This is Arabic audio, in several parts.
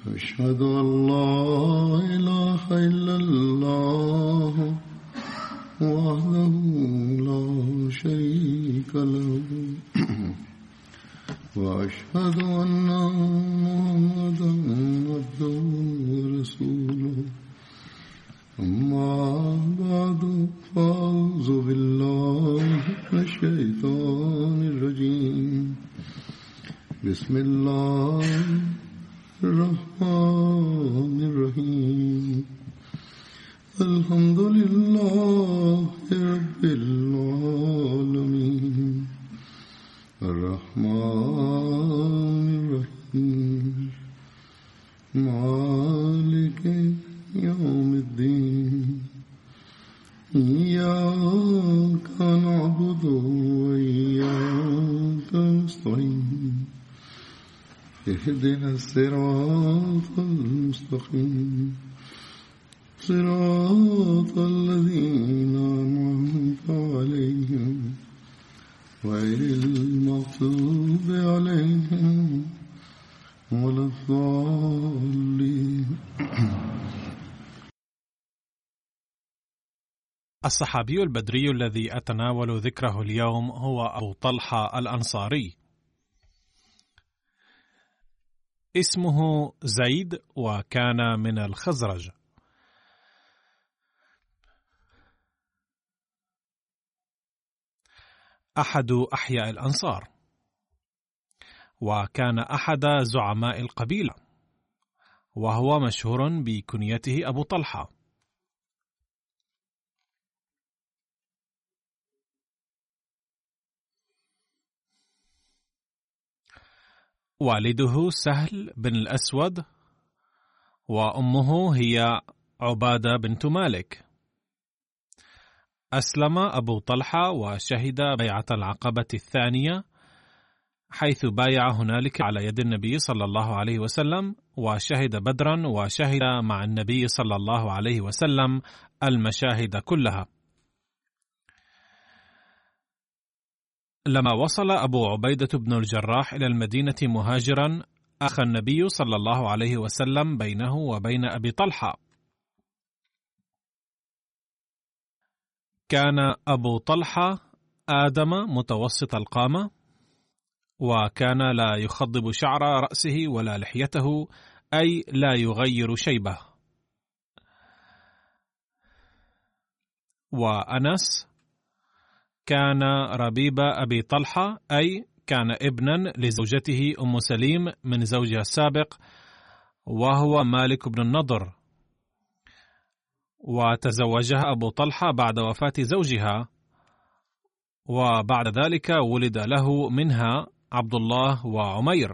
أشهد أن لا إله إلا الله وحده لا شريك له وأشهد أن محمدا عبده ورسوله أما بعد فأعوذ بالله من الشيطان الرجيم بسم الله الرحمن الرحيم الحمد لله رب العالمين الرحمن الرحيم مالك يوم الدين إياك نعبد وإياك نستعين اهدنا الصراط المستقيم صراط الذين أنعمت عليهم غير المغضوب عليهم ولا الضالين. الصحابي البدري الذي أتناول ذكره اليوم هو أبو طلحة الأنصاري. اسمه زيد وكان من الخزرج. أحد أحياء الأنصار، وكان أحد زعماء القبيلة، وهو مشهور بكنيته أبو طلحة. والده سهل بن الأسود، وأمه هي عبادة بنت مالك. أسلم أبو طلحة وشهد بيعة العقبة الثانية، حيث بايع هنالك على يد النبي صلى الله عليه وسلم، وشهد بدرا وشهد مع النبي صلى الله عليه وسلم المشاهد كلها. لما وصل أبو عبيدة بن الجراح إلى المدينة مهاجرا، أخى النبي صلى الله عليه وسلم بينه وبين أبي طلحة. كان أبو طلحة آدم متوسط القامة، وكان لا يخضب شعر رأسه ولا لحيته، أي لا يغير شيبه. وأنس كان ربيب أبي طلحة، أي كان ابنا لزوجته أم سليم من زوجها السابق، وهو مالك بن النضر، وتزوجها أبو طلحة بعد وفاة زوجها، وبعد ذلك ولد له منها عبد الله وعمير.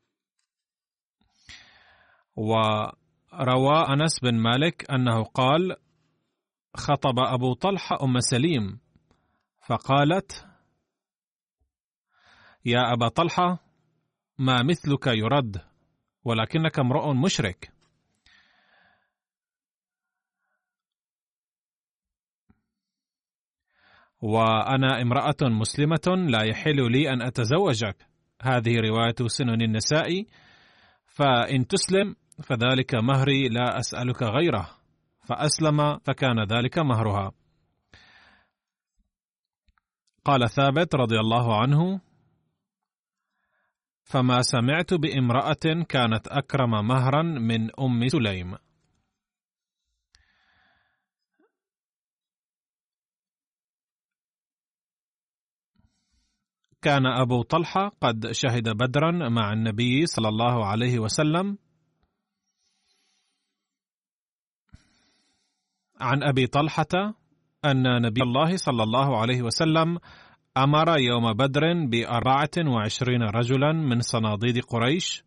وروى أنس بن مالك أنه قال: خطب أبو طلحة أم سليم فقالت: يا أبا طلحة، ما مثلك يرد، ولكنك امرؤ مشرك. وأنا امرأة مسلمة لا يحل لي أن أتزوجك. هذه رواية سنن النسائي. فإن تسلم فذلك مهري، لا أسألك غيره. فأسلم فكان ذلك مهرها. قال ثابت رضي الله عنه: فما سمعت بامرأة كانت أكرم مهرا من أم سليم. كان أبو طلحة قد شهد بدرا مع النبي صلى الله عليه وسلم. عن أبي طلحة أن نبي الله صلى الله عليه وسلم أمر يوم بدر ب24 رجلا من صناديد قريش،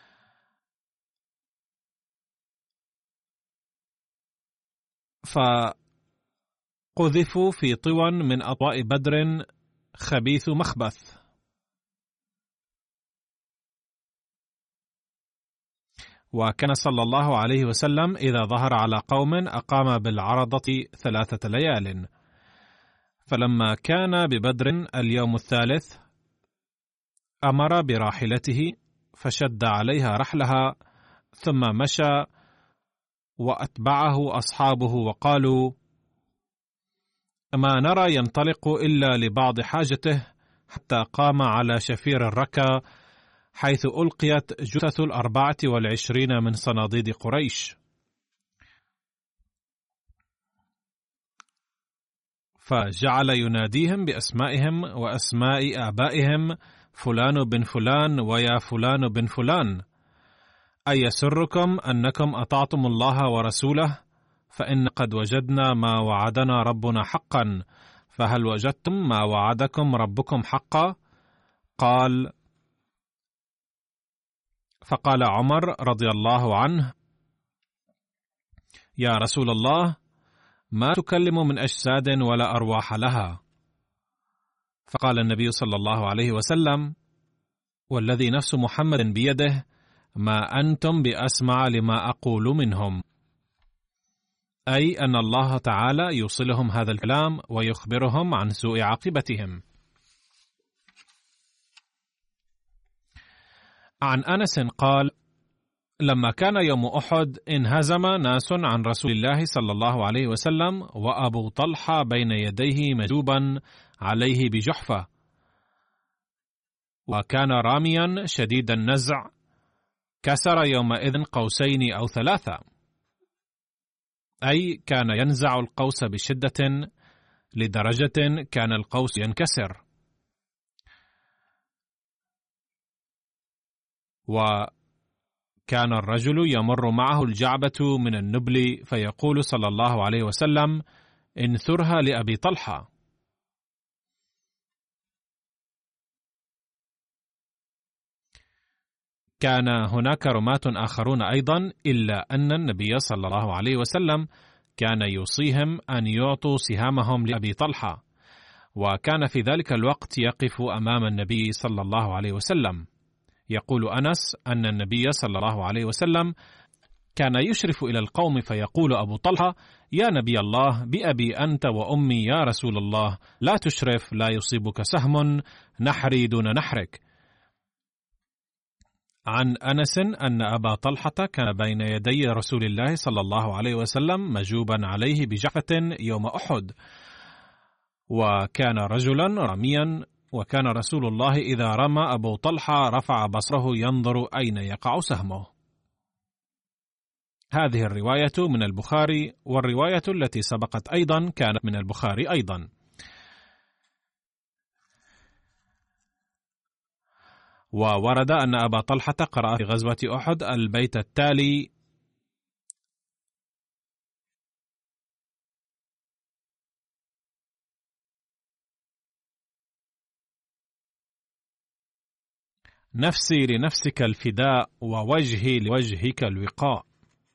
فقذفوا في طوى من أطواء بدر خبيث مخبث. وكان صلى الله عليه وسلم إذا ظهر على قوم أقام بالعرضة 3 ليال. فلما كان ببدر اليوم الثالث أمر براحلته فشد عليها رحلها ثم مشى وأتبعه أصحابه وقالوا: ما نرى ينطلق إلا لبعض حاجته، حتى قام على شفير الركا حيث ألقيت جثث 24 من صناديد قريش، فجعل يناديهم بأسمائهم وأسماء آبائهم: فلان بن فلان ويا فلان بن فلان، أيسركم أنكم أطعتم الله ورسوله؟ فإن قد وجدنا ما وعدنا ربنا حقا، فهل وجدتم ما وعدكم ربكم حقا؟ فقال عمر رضي الله عنه: يا رسول الله، ما تكلم من أجساد ولا أرواح لها. فقال النبي صلى الله عليه وسلم: والذي نفس محمد بيده، ما أنتم بأسمع لما أقول منهم، أي أن الله تعالى يوصلهم هذا الكلام ويخبرهم عن سوء عاقبتهم. عن أنس قال: لما كان يوم أحد انهزم ناس عن رسول الله صلى الله عليه وسلم، وأبو طلحة بين يديه مجوبا عليه بجحفة، وكان راميا شديد النزع، كسر يومئذ قوسين أو 3، أي كان ينزع القوس بشدة لدرجة كان القوس ينكسر. وكان الرجل يمر معه الجعبة من النبل، فيقول صلى الله عليه وسلم: انثرها لأبي طلحة. كان هناك رماة آخرون أيضا، إلا أن النبي صلى الله عليه وسلم كان يوصيهم أن يعطوا سهامهم لأبي طلحة، وكان في ذلك الوقت يقف أمام النبي صلى الله عليه وسلم. يقول أنس أن النبي صلى الله عليه وسلم كان يشرف إلى القوم فيقول أبو طلحة: يا نبي الله، بأبي أنت وأمي يا رسول الله، لا تشرف، لا يصيبك سهم، نحري دون نحرك. عن أنس أن أبا طلحة كان بين يدي رسول الله صلى الله عليه وسلم مجوبا عليه بجحفة يوم أحد، وكان رجلا رميا، وكان رسول الله إذا رمى أبو طلحة رفع بصره ينظر أين يقع سهمه. هذه الرواية من البخاري، والرواية التي سبقت أيضا كانت من البخاري أيضا. وورد أن أبا طلحة قرأ في غزوة أحد البيت التالي: نفسي لنفسك الفداء، ووجهي لوجهك الوقاء.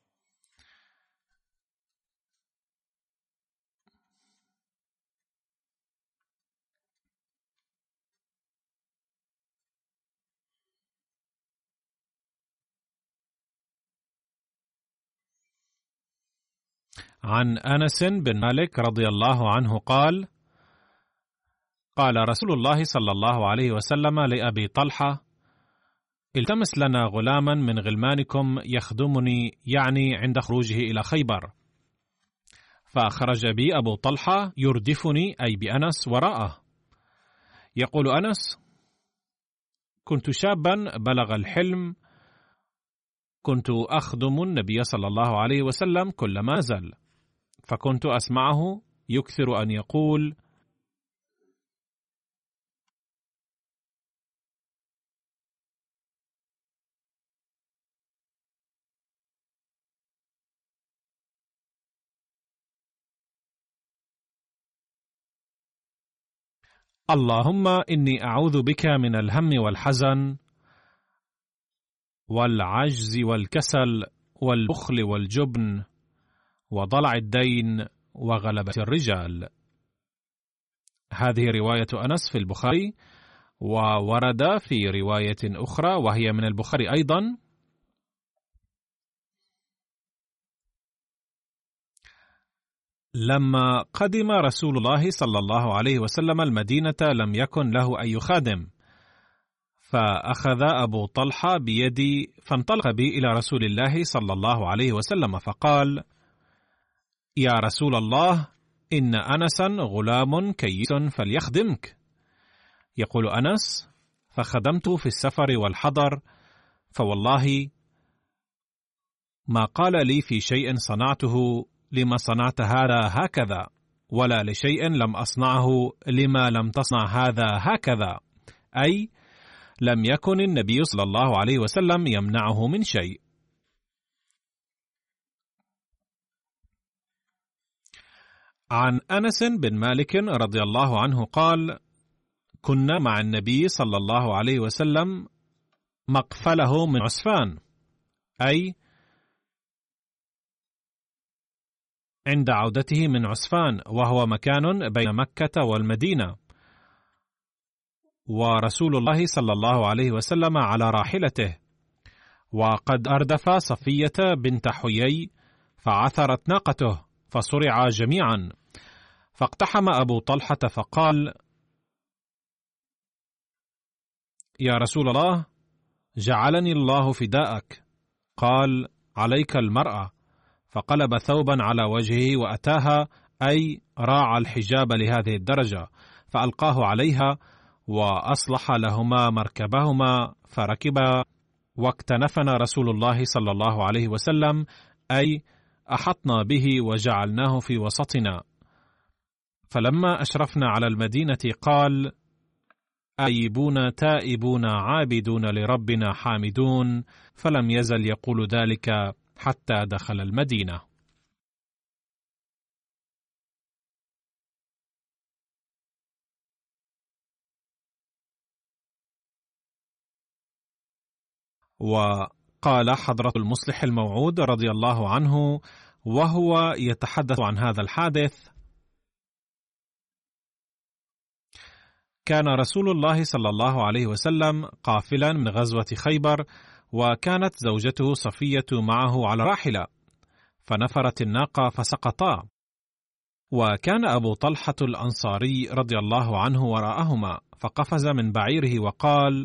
عن أنس بن مالك رضي الله عنه قال: قال رسول الله صلى الله عليه وسلم لأبي طلحة: التمس لنا غلاما من غلمانكم يخدمني، يعني عند خروجه إلى خيبر. فخرج بي أبو طلحة يردفني، أي بأنس، وراءه. يقول أنس: كنت شابا بلغ الحلم، كنت أخدم النبي صلى الله عليه وسلم كلما نزل، فكنت أسمعه يكثر أن يقول: اللهم إني أعوذ بك من الهم والحزن والعجز والكسل والبخل والجبن وضلع الدين وغلبة الرجال. هذه رواية أنس في البخاري، وورد في رواية أخرى وهي من البخاري أيضا: لما قدم رسول الله صلى الله عليه وسلم المدينة لم يكن له أي خادم، فأخذ أبو طلحة بيدي فانطلق بي إلى رسول الله صلى الله عليه وسلم فقال: يا رسول الله، إن أنسا غلام كيس فليخدمك. يقول أنس: فخدمته في السفر والحضر، فوالله ما قال لي في شيء صنعته لما صنعت هذا هكذا، ولا لشيء لم أصنعه لما لم تصنع هذا هكذا، أي لم يكن النبي صلى الله عليه وسلم يمنعه من شيء. عن أنس بن مالك رضي الله عنه قال: كنا مع النبي صلى الله عليه وسلم مقفله من عسفان، أي عند عودته من عسفان، وهو مكان بين مكة والمدينة، ورسول الله صلى الله عليه وسلم على راحلته، وقد أردف صفية بنت حيي فعثرت ناقته فصرعا جميعا، فاقتحم أبو طلحة فقال: يا رسول الله، جعلني الله فداءك. قال: عليك المرأة. فقلب ثوبا على وجهه وأتاها، أي راعى الحجاب لهذه الدرجة، فألقاه عليها وأصلح لهما مركبهما فركبا، واكتنفنا رسول الله صلى الله عليه وسلم، أي أحطنا به وجعلناه في وسطنا. فلما أشرفنا على المدينة قال: آيبون تائبون عابدون لربنا حامدون، فلم يزل يقول ذلك حتى دخل المدينة. وقال حضرة المصلح الموعود رضي الله عنه وهو يتحدث عن هذا الحادث: كان رسول الله صلى الله عليه وسلم قافلا من غزوة خيبر، وكانت زوجته صفية معه على راحلة، فنفرت الناقة فسقطا، وكان أبو طلحة الأنصاري رضي الله عنه وراءهما، فقفز من بعيره وقال: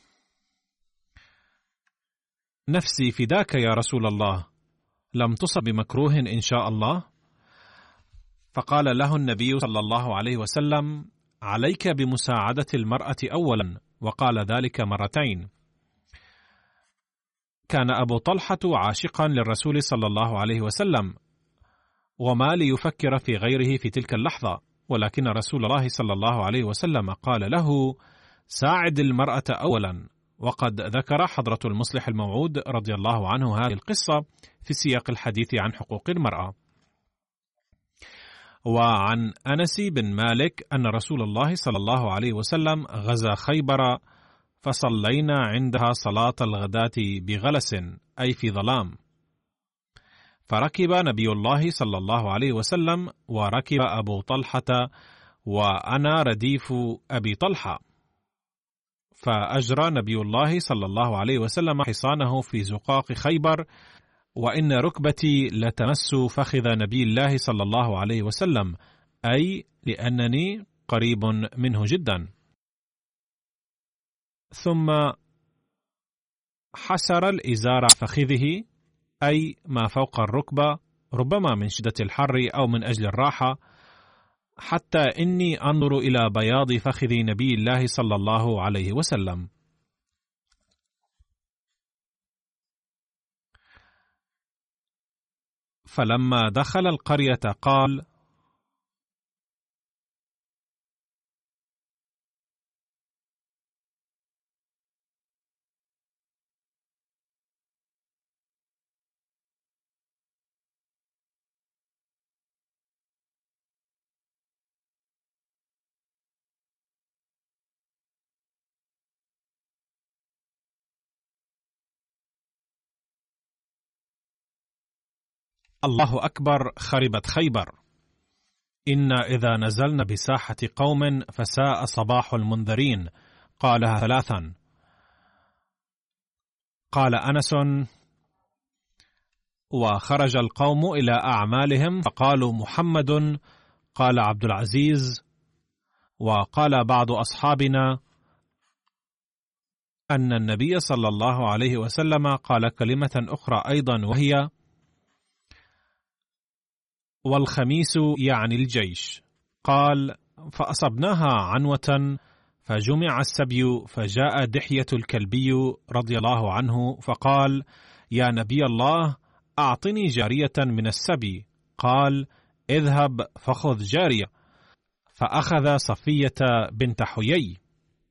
نفسي فداك يا رسول الله، لم تصب بمكروه إن شاء الله؟ فقال له النبي صلى الله عليه وسلم: عليك بمساعدة المرأة أولا، وقال ذلك مرتين. كان أبو طلحة عاشقا للرسول صلى الله عليه وسلم، وما ليفكر في غيره في تلك اللحظة، ولكن رسول الله صلى الله عليه وسلم قال له: ساعد المرأة أولا. وقد ذكر حضرة المصلح الموعود رضي الله عنه هذه القصة في سياق الحديث عن حقوق المرأة. وعن أنس بن مالك أن رسول الله صلى الله عليه وسلم غزا خيبر، فصلينا عندها صلاة الغداة بغلس، أي في ظلام، فركب نبي الله صلى الله عليه وسلم، وركب أبو طلحة، وأنا رديف أبي طلحة، فأجرى نبي الله صلى الله عليه وسلم حصانه في زقاق خيبر، وإن ركبتي لتمس فخذ نبي الله صلى الله عليه وسلم، أي لأنني قريب منه جدا. ثم حسر الإزار عن فخذه، أي ما فوق الركبة، ربما من شدة الحر أو من أجل الراحة، حتى إني أنظر إلى بياض فخذ نبي الله صلى الله عليه وسلم. فلما دخل القرية قال: الله أكبر، خربت خيبر، إنا إذا نزلنا بساحة قوم فساء صباح المنذرين، قالها ثلاثا. قال أنس: وخرج القوم إلى أعمالهم فقالوا محمد. قال عبد العزيز: وقال بعض أصحابنا: أن النبي صلى الله عليه وسلم قال كلمة أخرى أيضا، وهي: والخميس يعني الجيش. قال: فأصبناها عنوة فجمع السبي، فجاء دحية الكلبي رضي الله عنه فقال: يا نبي الله، أعطني جارية من السبي. قال: اذهب فخذ جارية. فأخذ صفية بنت حيي.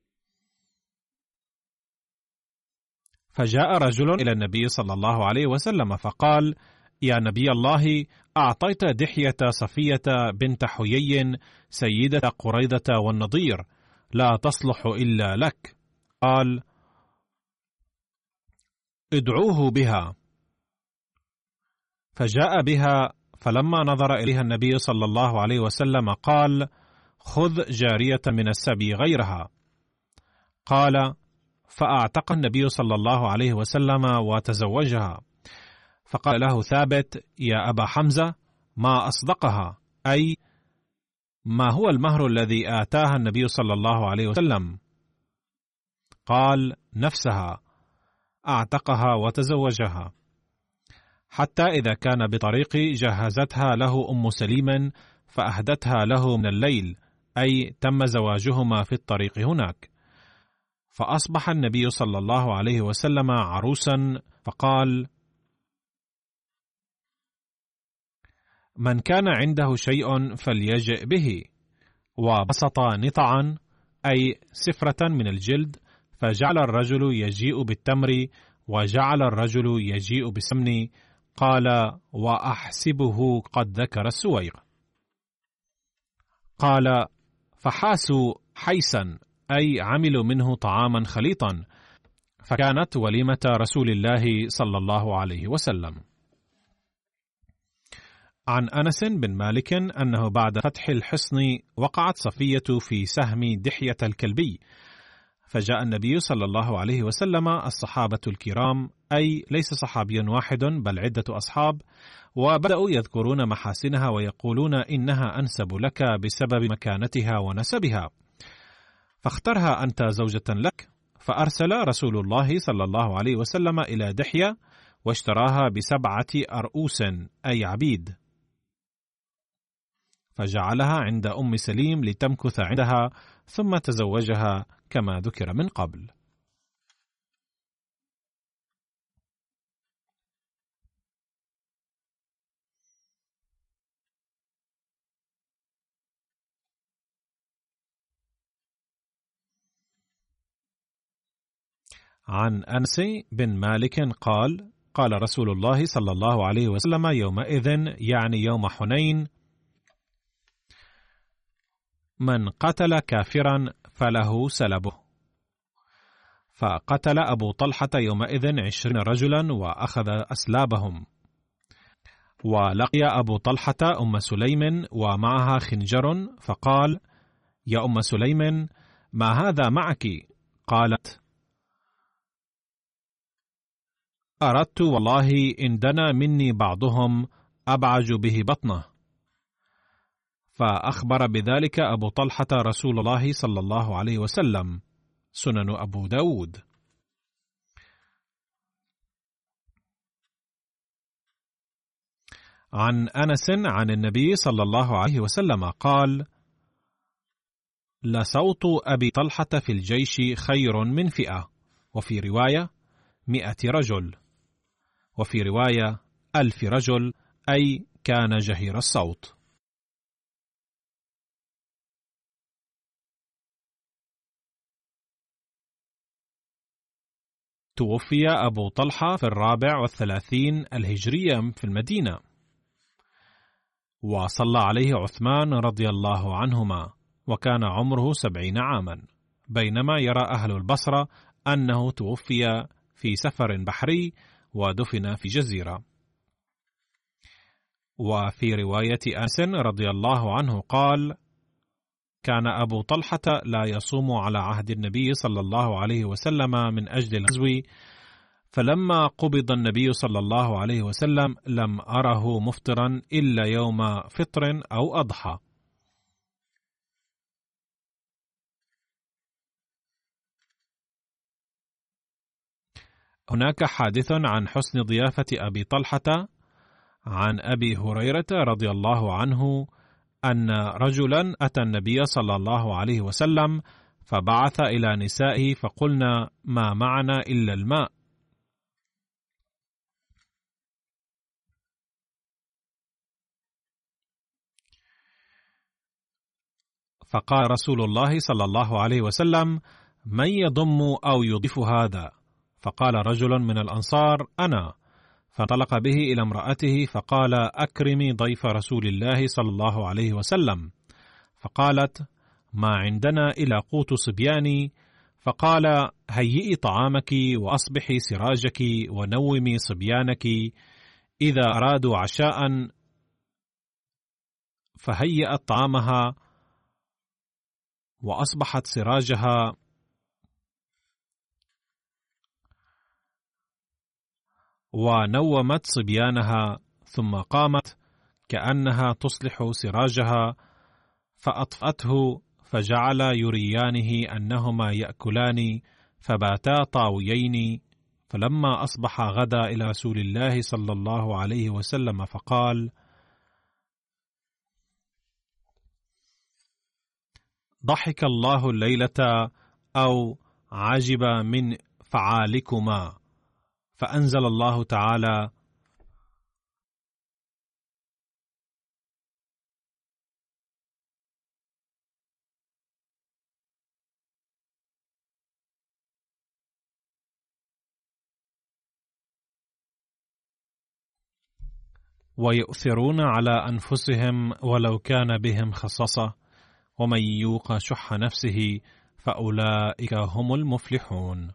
فجاء رجل إلى النبي صلى الله عليه وسلم فقال: يا نبي الله، أعطيت دحية صفية بنت حيي سيدة قريظة والنضير، لا تصلح إلا لك. قال: ادعوه بها. فجاء بها، فلما نظر إليها النبي صلى الله عليه وسلم قال: خذ جارية من السبي غيرها. قال: فأعتق النبي صلى الله عليه وسلم وتزوجها. فقال له ثابت: يا أبا حمزة، ما أصدقها، أي ما هو المهر الذي آتاها النبي صلى الله عليه وسلم؟ قال: نفسها، أعتقها وتزوجها. حتى إذا كان بطريق جهزتها له أم سليم فأهدتها له من الليل، أي تم زواجهما في الطريق هناك. فأصبح النبي صلى الله عليه وسلم عروسا، فقال: من كان عنده شيء فليجئ به. وبسط نطعا، أي سفرة من الجلد، فجعل الرجل يجيء بالتمر، وجعل الرجل يجيء بالسمن. قال: وأحسبه قد ذكر السويق. قال: فحاسوا حيسا، أي عملوا منه طعاما خليطا، فكانت وليمة رسول الله صلى الله عليه وسلم. عن أنس بن مالك أنه بعد فتح الحصن وقعت صفية في سهم دحية الكلبي، فجاء النبي صلى الله عليه وسلم، الصحابة الكرام، أي ليس صحابي واحد بل عدة أصحاب، وبدأوا يذكرون محاسنها ويقولون إنها أنسب لك بسبب مكانتها ونسبها، فاخترها أنت زوجة لك. فأرسل رسول الله صلى الله عليه وسلم إلى دحية واشتراها ب7 أرؤوس، أي عبيد، فجعلها عند أم سليم لتمكث عندها، ثم تزوجها كما ذكر من قبل. عن أنس بن مالك قال: قال رسول الله صلى الله عليه وسلم يومئذ، يعني يوم حنين: من قتل كافرا فله سلبه. فقتل أبو طلحة يومئذ 20 رجلا وأخذ أسلابهم. ولقي أبو طلحة أم سليم ومعها خنجر، فقال: يا أم سليم، ما هذا معك؟ قالت: أردت والله إن دنا مني بعضهم أبعج به بطنه. فأخبر بذلك أبو طلحة رسول الله صلى الله عليه وسلم. سنن أبو داود. عن أنس عن النبي صلى الله عليه وسلم قال: لصوت أبي طلحة في الجيش خير من 100، وفي رواية 100 رجل، وفي رواية 1000 رجل، أي كان جهير الصوت. توفي أبو طلحة في 34 الهجرية في المدينة، وصلى عليه عثمان رضي الله عنهما، وكان عمره 70 عاما، بينما يرى أهل البصرة أنه توفي في سفر بحري ودفن في جزيرة. وفي رواية أنس رضي الله عنه قال: كان أبو طلحة لا يصوم على عهد النبي صلى الله عليه وسلم من أجل الغزو، فلما قبض النبي صلى الله عليه وسلم لم أره مفطرا إلا يوم فطر أو أضحى. هناك حادث عن حسن ضيافة أبي طلحة عن أبي هريرة رضي الله عنه أن رجلا أتى النبي صلى الله عليه وسلم فبعث إلى نسائه فقلنا: ما معنا إلا الماء. فقال رسول الله صلى الله عليه وسلم: من يضم أو يضيف هذا؟ فقال رجل من الأنصار: أنا. فانطلق به إلى امرأته فقال: أكرمي ضيف رسول الله صلى الله عليه وسلم. فقالت: ما عندنا إلا قوت صبياني. فقال: هيئي طعامك وأصبحي سراجك ونومي صبيانك، إذا أرادوا عشاء فهيأت طعامها وأصبحت سراجها، ونومت صبيانها، ثم قامت كأنها تصلح سراجها فأطفأته، فجعل يريانه أنهما يأكلان، فباتا طاويين. فلما أصبح غدا إلى رسول الله صلى الله عليه وسلم فقال: ضحك الله الليلة أو عجب من فعالكما. فأنزل الله تعالى: ويؤثرون على أنفسهم ولو كان بهم خصاصة، ومن يوق شح نفسه فأولئك هم المفلحون.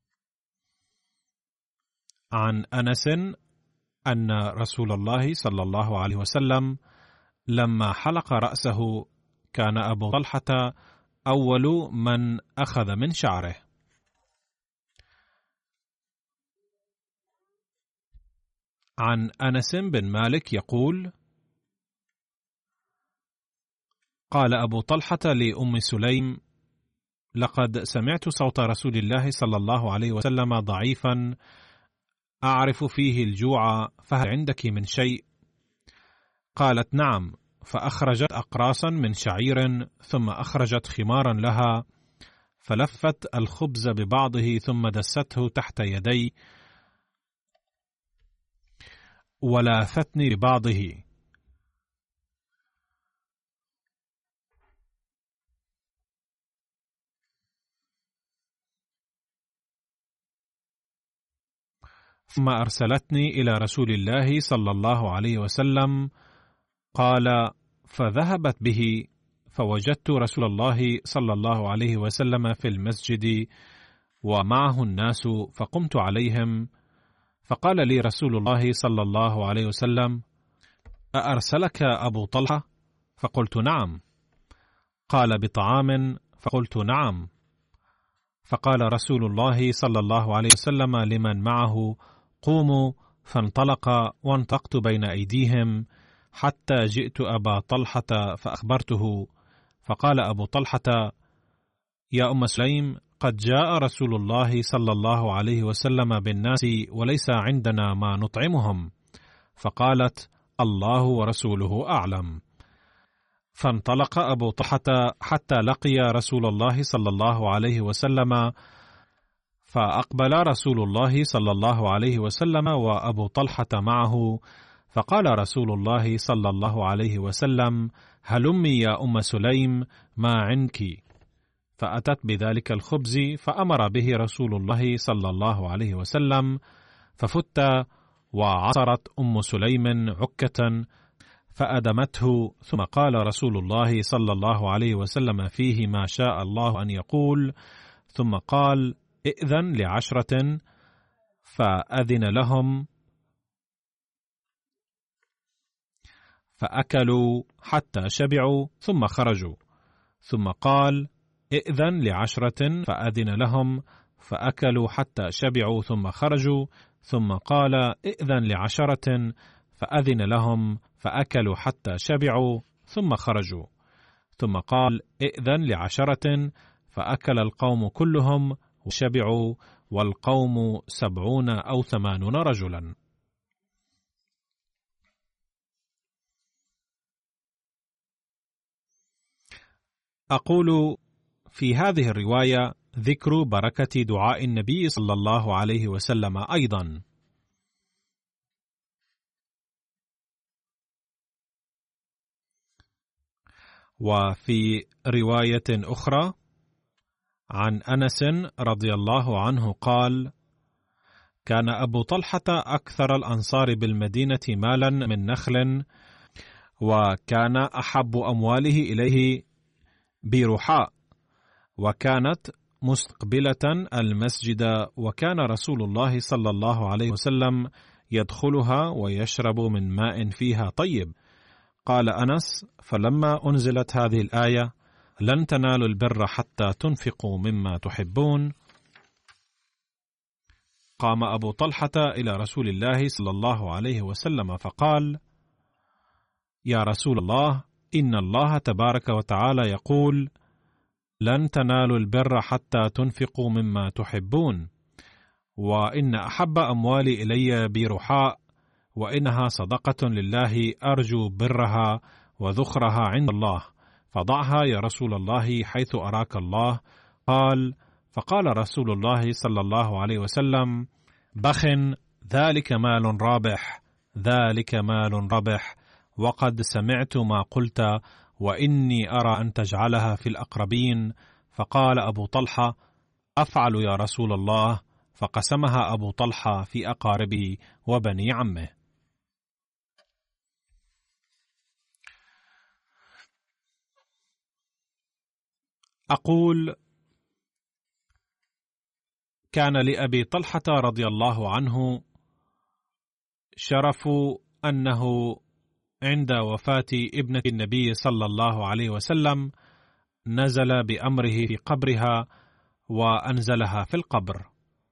عن أنس أن رسول الله صلى الله عليه وسلم لما حلق رأسه كان أبو طلحة أول من أخذ من شعره. عن أنس بن مالك يقول: قال أبو طلحة لأم سليم: لقد سمعت صوت رسول الله صلى الله عليه وسلم ضعيفا أعرف فيه الجوع، فهل عندك من شيء؟ قالت: نعم. فأخرجت أقراصا من شعير، ثم أخرجت خمارا لها، فلفت الخبز ببعضه ثم دسته تحت يدي ولاثتني ببعضه، ثم أرسلتني إلى رسول الله صلى الله عليه وسلم. قال: فذهبت به فوجدت رسول الله صلى الله عليه وسلم في المسجد ومعه الناس، فقمت عليهم، فقال لي رسول الله صلى الله عليه وسلم: أأرسلك أبو طلحة؟ فقلت: نعم. قال: بطعام؟ فقلت: نعم. فقال رسول الله صلى الله عليه وسلم لمن معه: قوموا. فانطلق وانطقت بين أيديهم حتى جئت أبا طلحة فأخبرته، فقال أبو طلحة: يا أم سليم، قد جاء رسول الله صلى الله عليه وسلم بالناس وليس عندنا ما نطعمهم. فقالت: الله ورسوله أعلم. فانطلق أبو طلحة حتى لقي رسول الله صلى الله عليه وسلم، فأقبل رسول الله صلى الله عليه وسلم وأبو طلحة معه، فقال رسول الله صلى الله عليه وسلم: هلمي يا أم سليم، ما عنك؟ فأتت بذلك الخبز، فأمر به رسول الله صلى الله عليه وسلم، ففت، وعصرت أم سليم عكة فأدمته، ثم قال رسول الله صلى الله عليه وسلم فيه ما شاء الله أن يقول، ثم قال: ائذن ل10، فأذن لهم فأكلوا حتى شبعوا ثم خرجوا، ثم قال: ائذن ل10، فأذن لهم فأكلوا حتى شبعوا ثم خرجوا، ثم قال: ائذن ل10، فأذن لهم فأكلوا حتى شبعوا ثم خرجوا، ثم قال: ائذن ل10، فأكل القوم كلهم وشبعوا، والقوم 70 أو 80 رجلا. أقول في هذه الرواية ذكر بركة دعاء النبي صلى الله عليه وسلم أيضا. وفي رواية أخرى عن أنس رضي الله عنه قال: كان أبو طلحة أكثر الأنصار بالمدينة مالا من نخل، وكان أحب أمواله إليه بيرحاء، وكانت مستقبلة المسجد، وكان رسول الله صلى الله عليه وسلم يدخلها ويشرب من ماء فيها طيب. قال أنس: فلما أنزلت هذه الآية لن تنالوا البر حتى تنفقوا مما تحبون، قام أبو طلحة إلى رسول الله صلى الله عليه وسلم فقال: يا رسول الله، إن الله تبارك وتعالى يقول: لن تنالوا البر حتى تنفقوا مما تحبون، وإن أحب أموالي إلي بيرحاء، وإنها صدقة لله أرجو برها وذخرها عند الله، فضعها يا رسول الله حيث أراك الله. قال: فقال رسول الله صلى الله عليه وسلم: بخ، ذلك مال رابح، ذلك مال رابح، وقد سمعت ما قلت، وإني أرى أن تجعلها في الأقربين. فقال أبو طلحة: أفعل يا رسول الله، فقسمها أبو طلحة في أقاربه وبني عمه. أقول: كان لأبي طلحة رضي الله عنه شرف أنه عند وفاة ابنة النبي صلى الله عليه وسلم نزل بأمره في قبرها وأنزلها في القبر.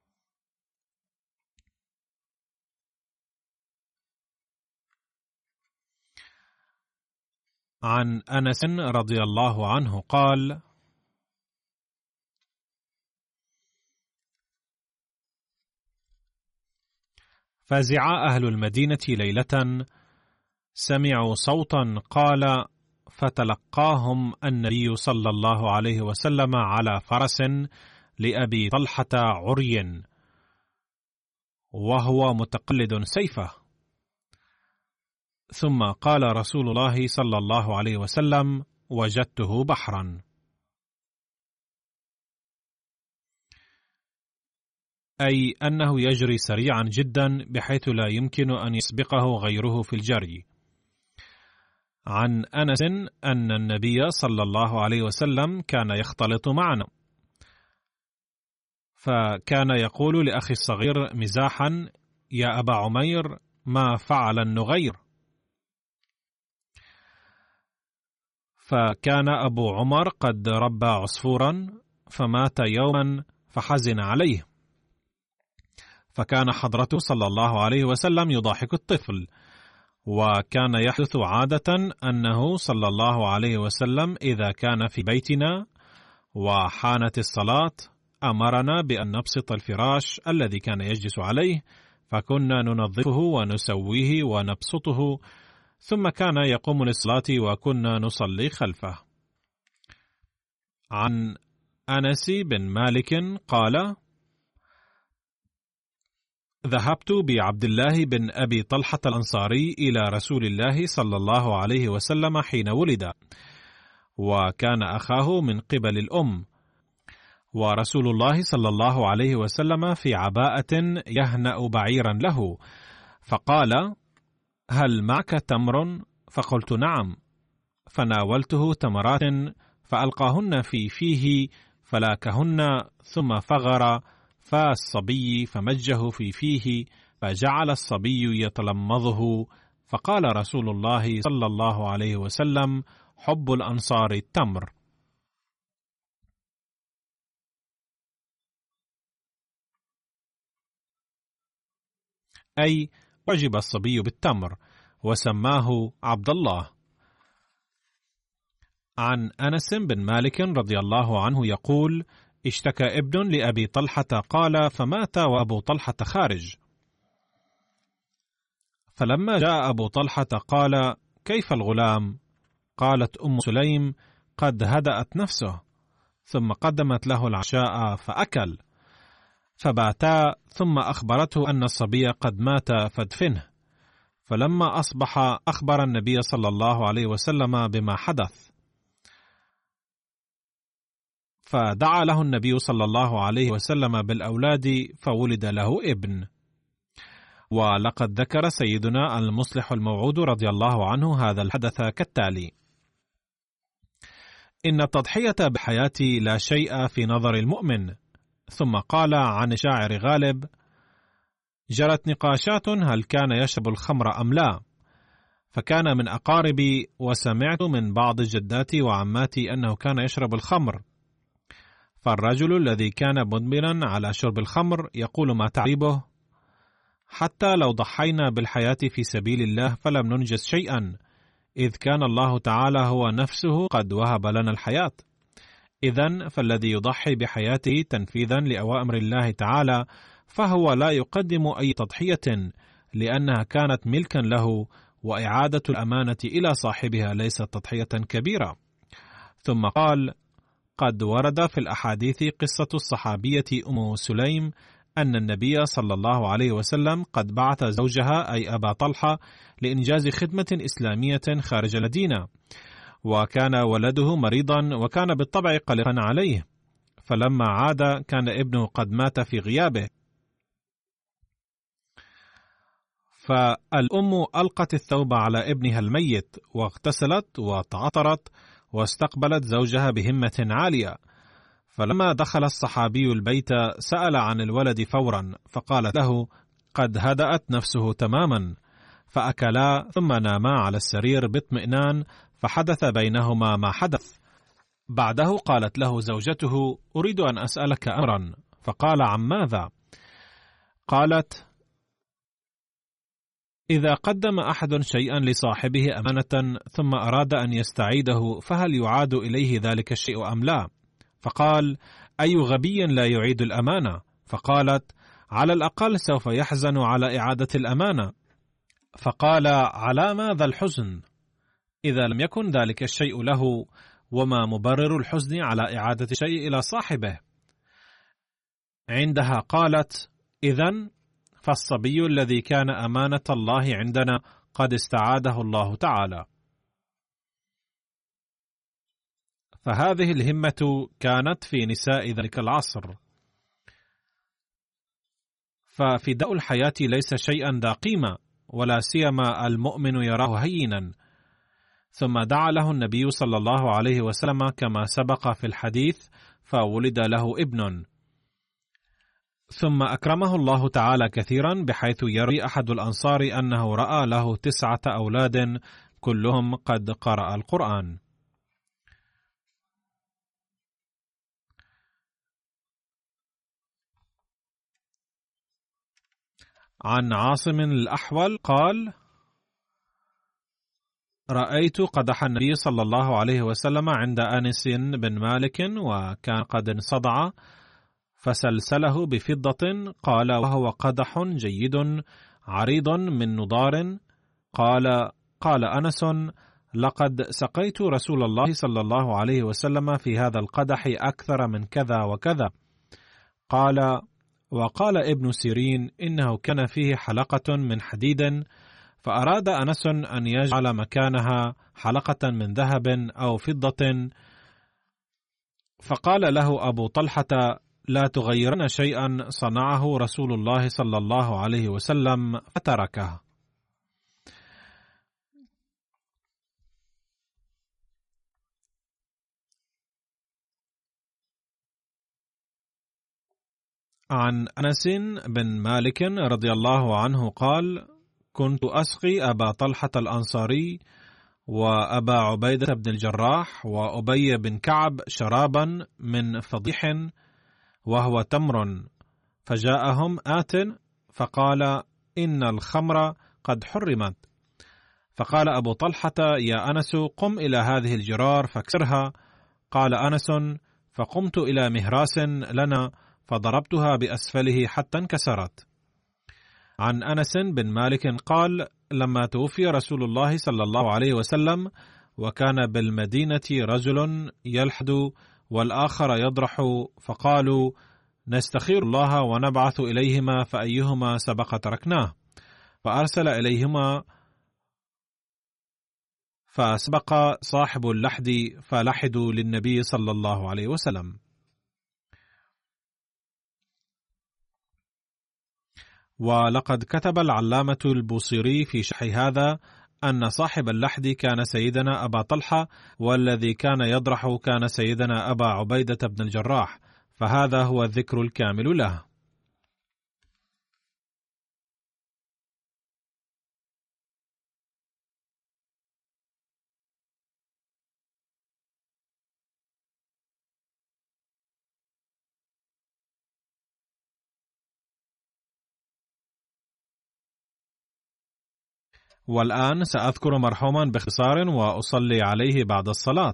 عن أنس رضي الله عنه قال: فزع أهل المدينة ليلة، سمعوا صوتا قال: فتلقاهم النبي صلى الله عليه وسلم على فرس لأبي طلحة عري، وهو متقلد سيفه. ثم قال رسول الله صلى الله عليه وسلم: وجدته بحرا، أي أنه يجري سريعا جدا بحيث لا يمكن أن يسبقه غيره في الجري. عن أنس أن النبي صلى الله عليه وسلم كان يختلط معنا، فكان يقول لأخي الصغير مزاحا: يا أبا عمير، ما فعل النغير؟ فكان أبو عمر قد ربى عصفورا فمات يوما فحزن عليه، فكان حضرته صلى الله عليه وسلم يضاحك الطفل، وكان يحدث عادة أنه صلى الله عليه وسلم إذا كان في بيتنا وحانت الصلاة أمرنا بأن نبسط الفراش الذي كان يجلس عليه، فكنا ننظفه ونسويه ونبسطه، ثم كان يقوم للصلاة وكنا نصلي خلفه. عن أنس بن مالك قال: ذهبت بعبد الله بن أبي طلحة الأنصاري إلى رسول الله صلى الله عليه وسلم حين ولد، وكان أخاه من قبل الأم، ورسول الله صلى الله عليه وسلم في عباءة يهنأ بعيرا له، فقال: هل معك تمر؟ فقلت: نعم. فناولته تمرات فألقاهن في فيه فلاكهن، ثم فغر فالصبي فمجه في فيه، فجعل الصبي يتلمضه، فقال رسول الله صلى الله عليه وسلم: حب الأنصار التمر. أي أعجب الصبي بالتمر وسماه عبد الله. عن أنس بن مالك رضي الله عنه يقول: اشتكى ابن لأبي طلحة قال: فمات وأبو طلحة خارج. فلما جاء أبو طلحة قال: كيف الغلام؟ قالت أم سليم: قد هدأت نفسه. ثم قدمت له العشاء فأكل، فباتا، ثم أخبرته أن الصبي قد مات فادفنه. فلما أصبح أخبر النبي صلى الله عليه وسلم بما حدث، فدعا له النبي صلى الله عليه وسلم بالأولاد، فولد له ابن. ولقد ذكر سيدنا المصلح الموعود رضي الله عنه هذا الحدث كالتالي: إن التضحية بحياة لا شيء في نظر المؤمن. ثم قال عن الشاعر غالب: جرت نقاشات هل كان يشرب الخمر أم لا، فكان من أقاربي، وسمعت من بعض جداتي وعماتي أنه كان يشرب الخمر، فالرجل الذي كان مدمنا على شرب الخمر يقول ما تعيبه، حتى لو ضحينا بالحياة في سبيل الله فلم ننجز شيئا، إذ كان الله تعالى هو نفسه قد وهب لنا الحياة. إذن فالذي يضحي بحياته تنفيذا لأوامر الله تعالى فهو لا يقدم أي تضحية، لأنها كانت ملكا له، وإعادة الأمانة إلى صاحبها ليست تضحية كبيرة. ثم قال: قد ورد في الأحاديث قصة الصحابية أم سليم أن النبي صلى الله عليه وسلم قد بعث زوجها أي أبا طلحة لإنجاز خدمة إسلامية خارج المدينة، وكان ولده مريضا وكان بالطبع قلقا عليه، فلما عاد كان ابنه قد مات في غيابه. فالأم ألقت الثوب على ابنها الميت، واغتسلت وتعطرت، واستقبلت زوجها بهمة عالية. فلما دخل الصحابي البيت سأل عن الولد فورا، فقالت له: قد هدأت نفسه تماما. فأكلا ثم ناما على السرير باطمئنان، فحدث بينهما ما حدث. بعده قالت له زوجته: أريد أن أسألك أمرا. فقال: عن ماذا؟ قالت: إذا قدم أحد شيئا لصاحبه أمانة ثم أراد أن يستعيده فهل يعاد إليه ذلك الشيء أم لا؟ فقال: أي غبي لا يعيد الأمانة؟ فقالت: على الأقل سوف يحزن على إعادة الأمانة. فقال: على ماذا الحزن إذا لم يكن ذلك الشيء له؟ وما مبرر الحزن على إعادة شيء إلى صاحبه؟ عندها قالت: إذن فالصبي الذي كان أمانة الله عندنا قد استعاده الله تعالى. فهذه الهمة كانت في نساء ذلك العصر. ففداء الحياة ليس شيئا ذا قيمة، ولا سيما المؤمن يراه هينا. ثم دعا له النبي صلى الله عليه وسلم كما سبق في الحديث، فولد له ابن. ثم أكرمه الله تعالى كثيرا، بحيث يروي أحد الأنصار أنه رأى له 9 أولاد كلهم قد قرأ القرآن. عن عاصم الأحول قال: رأيت قدح النبي صلى الله عليه وسلم عند أنس بن مالك، وكان قد انصدع، فسلسله بفضة. قال: وهو قدح جيد عريض من نضار. قال أنس: لقد سقيت رسول الله صلى الله عليه وسلم في هذا القدح أكثر من كذا وكذا. وقال ابن سيرين: إنه كان فيه حلقة من حديد، فأراد أنس أن يجعل مكانها حلقة من ذهب أو فضة، فقال له أبو طلحة: لا تغيرن شيئا صنعه رسول الله صلى الله عليه وسلم، فتركه. عن أنس بن مالك رضي الله عنه قال: كنت أسقي أبا طلحة الأنصاري وأبا عبيدة بن الجراح وأبي بن كعب شرابا من فضيح وهو تمر، فجاءهم آت فقال: إن الخمر قد حرمت. فقال أبو طلحة: يا أنس، قم إلى هذه الجرار فاكسرها. قال أنس: فقمت إلى مهراس لنا فضربتها بأسفله حتى انكسرت. عن أنس بن مالك قال: لما توفي رسول الله صلى الله عليه وسلم وكان بالمدينة رجل يلحد والآخر يضرح، فقالوا: نستخير الله ونبعث إليهما فأيهما سبق تركناه، فأرسل إليهما فسبق صاحب اللحد فلحدوا للنبي صلى الله عليه وسلم. ولقد كتب العلامة البوصيري في شرح هذا أن صاحب اللحد كان سيدنا أبا طلحة، والذي كان يضرح كان سيدنا أبا عبيدة بن الجراح، فهذا هو الذكر الكامل له. والآن سأذكر مرحوما باختصار وأصلي عليه بعد الصلاة،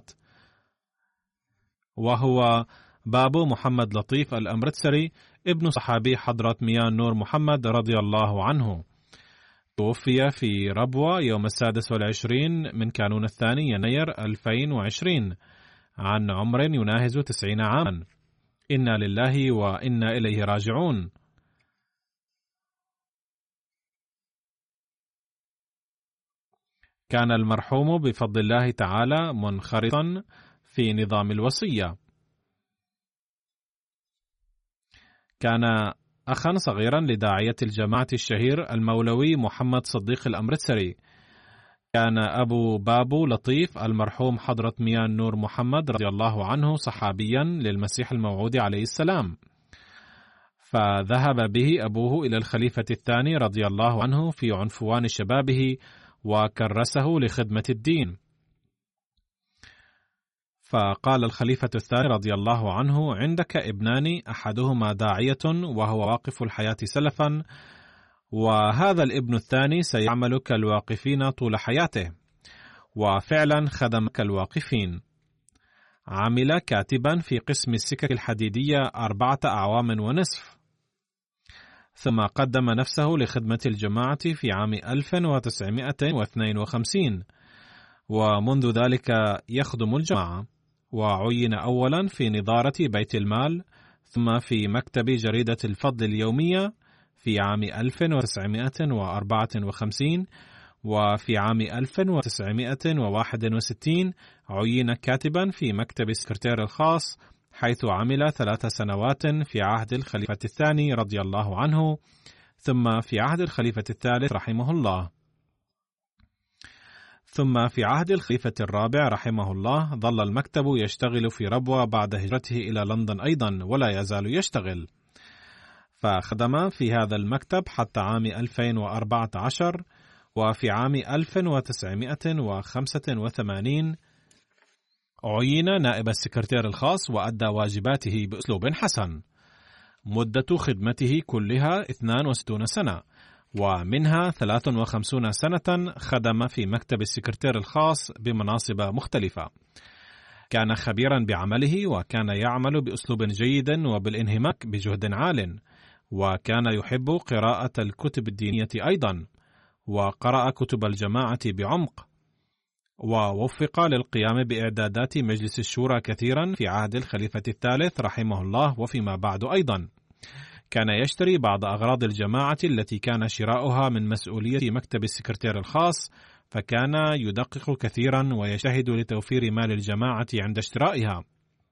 وهو بابو محمد لطيف الأمرتسري، ابن صحابي حضرة ميان نور محمد رضي الله عنه. توفي في ربوة يوم 26 من كانون الثاني يناير 2020 عن عمر يناهز 90 عاما. إنا لله وإنا إليه راجعون. كان المرحوم بفضل الله تعالى منخرطا في نظام الوصية. كان أخا صغيرا لداعية الجماعة الشهير المولوي محمد صديق الأمرتسري. كان أبو بابو لطيف المرحوم حضرة ميان نور محمد رضي الله عنه صحابيا للمسيح الموعود عليه السلام، فذهب به أبوه إلى الخليفة الثاني رضي الله عنه في عنفوان شبابه وكرسه لخدمة الدين. فقال الخليفة الثاني رضي الله عنه: عندك ابنان، أحدهما داعية وهو واقف الحياة سلفا، وهذا الابن الثاني سيعمل كالواقفين طول حياته. وفعلا خدم كالواقفين. عمل كاتبا في قسم السكك الحديدية 4 أعوام ونصف، ثم قدم نفسه لخدمة الجماعة في عام 1952، ومنذ ذلك يخدم الجماعة. وعين أولا في نظارة بيت المال، ثم في مكتب جريدة الفضل اليومية في عام 1954، وفي عام 1961 عين كاتبا في مكتب السكرتير الخاص، حيث عمل 3 سنوات في عهد الخليفة الثاني رضي الله عنه، ثم في عهد الخليفة الثالث رحمه الله، ثم في عهد الخليفة الرابع رحمه الله. ظل المكتب يشتغل في ربوة بعد هجرته إلى لندن أيضا، ولا يزال يشتغل. فخدم في هذا المكتب حتى عام 2014، وفي عام 1985 عين نائب السكرتير الخاص وأدى واجباته بأسلوب حسن. مدة خدمته كلها 62 سنة، ومنها 53 سنة خدم في مكتب السكرتير الخاص بمناصب مختلفة. كان خبيرا بعمله، وكان يعمل بأسلوب جيد وبالانهماك بجهد عال، وكان يحب قراءة الكتب الدينية أيضا، وقرأ كتب الجماعة بعمق، ووفق للقيام بإعدادات مجلس الشورى كثيرا في عهد الخليفة الثالث رحمه الله وفيما بعد أيضا. كان يشتري بعض أغراض الجماعة التي كان شراؤها من مسؤولية مكتب السكرتير الخاص، فكان يدقق كثيرا ويجتهد لتوفير مال الجماعة عند اشترائها.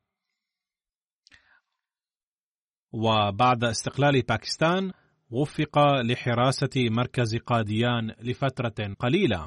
وبعد استقلال باكستان وفق لحراسة مركز قاديان لفترة قليلة.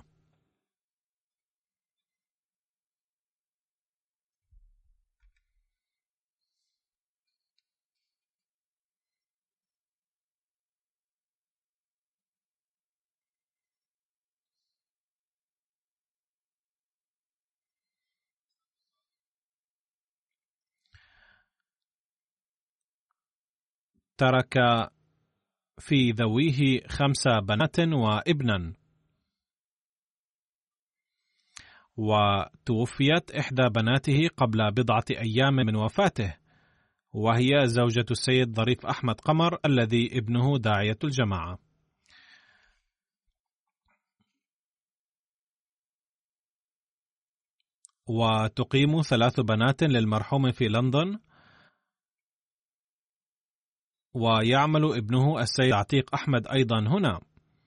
ترك في ذويه 5 بنات وابنا. وتوفيت إحدى بناته قبل بضعة أيام من وفاته، وهي زوجة السيد ظريف أحمد قمر الذي ابنه داعية الجماعة. وتقيم 3 بنات للمرحوم في لندن، ويعمل ابنه السيد عتيق أحمد أيضا هنا.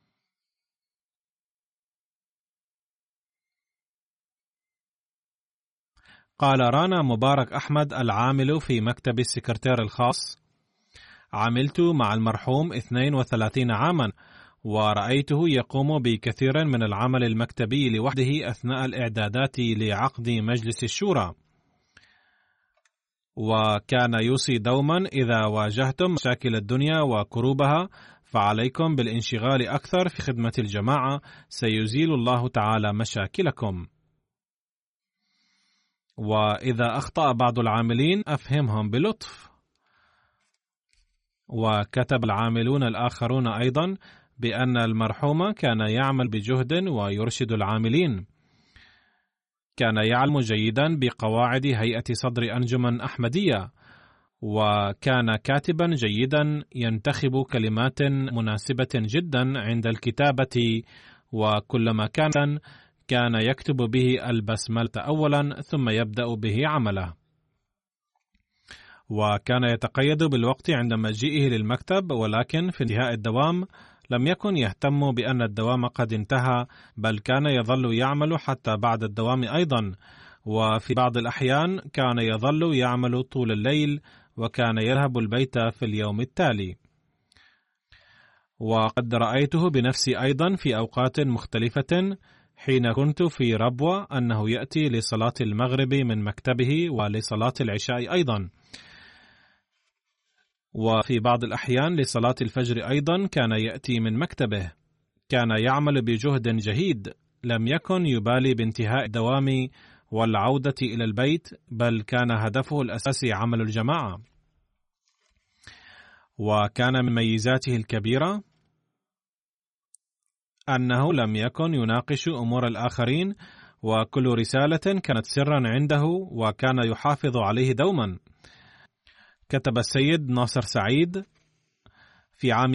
قال رانا مبارك أحمد العامل في مكتب السكرتير الخاص: عملت مع المرحوم 32 عاما، ورأيته يقوم بكثير من العمل المكتبي لوحده أثناء الإعدادات لعقد مجلس الشورى، وكان يوصي دوما: إذا واجهتم مشاكل الدنيا وكروبها فعليكم بالانشغال أكثر في خدمة الجماعة، سيزيل الله تعالى مشاكلكم. وإذا أخطأ بعض العاملين أفهمهم بلطف. وكتب العاملون الآخرون أيضا بأن المرحوم كان يعمل بجهد ويرشد العاملين، كان يعلم جيدا بقواعد هيئة صدر أنجمن أحمدية، وكان كاتبا جيدا ينتخب كلمات مناسبة جدا عند الكتابة، وكلما كان يكتب به البسملة أولا ثم يبدأ به عمله. وكان يتقيد بالوقت عند مجيئه للمكتب، ولكن في انتهاء الدوام لم يكن يهتم بأن الدوام قد انتهى، بل كان يظل يعمل حتى بعد الدوام أيضا، وفي بعض الأحيان كان يظل يعمل طول الليل، وكان يذهب البيت في اليوم التالي. وقد رأيته بنفسي أيضا في أوقات مختلفة حين كنت في ربوة أنه يأتي لصلاة المغرب من مكتبه ولصلاة العشاء أيضا، وفي بعض الأحيان لصلاة الفجر أيضا كان يأتي من مكتبه. كان يعمل بجهد جهيد، لم يكن يبالي بانتهاء الدوام والعودة إلى البيت، بل كان هدفه الأساسي عمل الجماعة. وكان من ميزاته الكبيرة أنه لم يكن يناقش أمور الآخرين، وكل رسالة كانت سرا عنده وكان يحافظ عليه دوما. كتب السيد ناصر سعيد في عام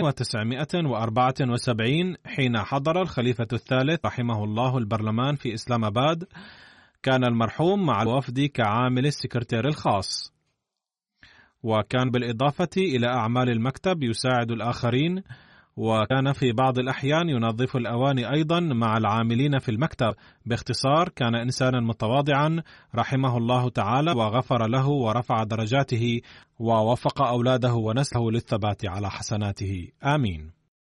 1974 حين حضر الخليفة الثالث رحمه الله البرلمان في إسلام آباد: كان المرحوم مع الوفد كعامل السكرتير الخاص، وكان بالإضافة إلى أعمال المكتب يساعد الآخرين، وكان في بعض الأحيان ينظف الأواني أيضا مع العاملين في المكتب. باختصار كان إنسانا متواضعا رحمه الله تعالى، وغفر له ورفع درجاته ووفق أولاده ونسله للثبات على حسناته، آمين.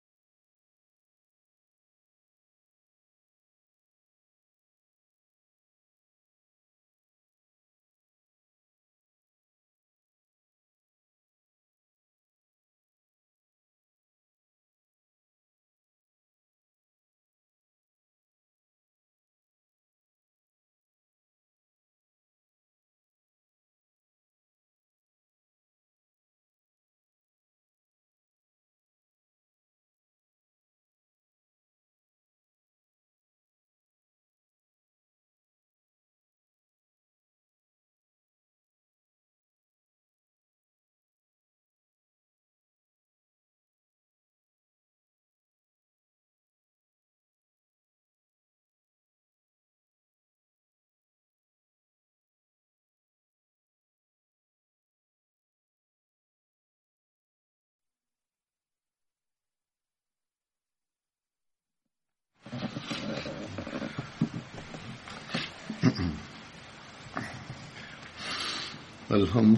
الحمد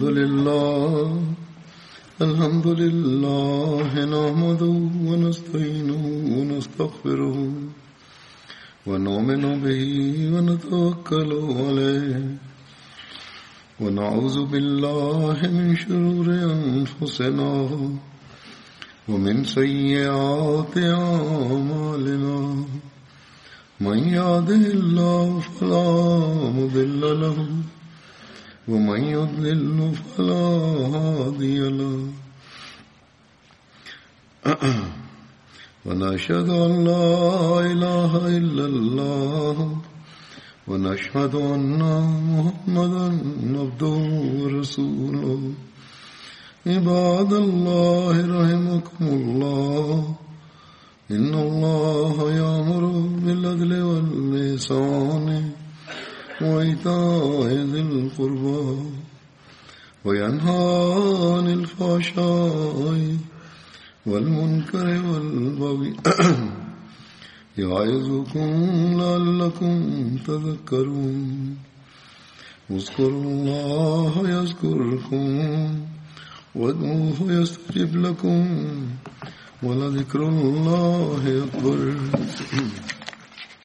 لله نحمده ونستعينه ونستغفره ونؤمن به ونتوكل عليه ونعوذ بالله من شرور أنفسنا ومن سيئات أعمالنا، من يهده الله فلا مضل له ومن يضلل فلا هادي له، ونشهد أن لا إله إلا الله ونشهد أن محمدا عبده ورسوله عباد الله رحمكم الله إن الله يأمر بالعدل والإحسان وإيتاء ذي القربى وينهى عن الفحشاء والمنكر والبغي يعظكم لعلكم تذكرون اذكروا الله يذكركم وادعوه يستجب لكم ولذكر الله أكبر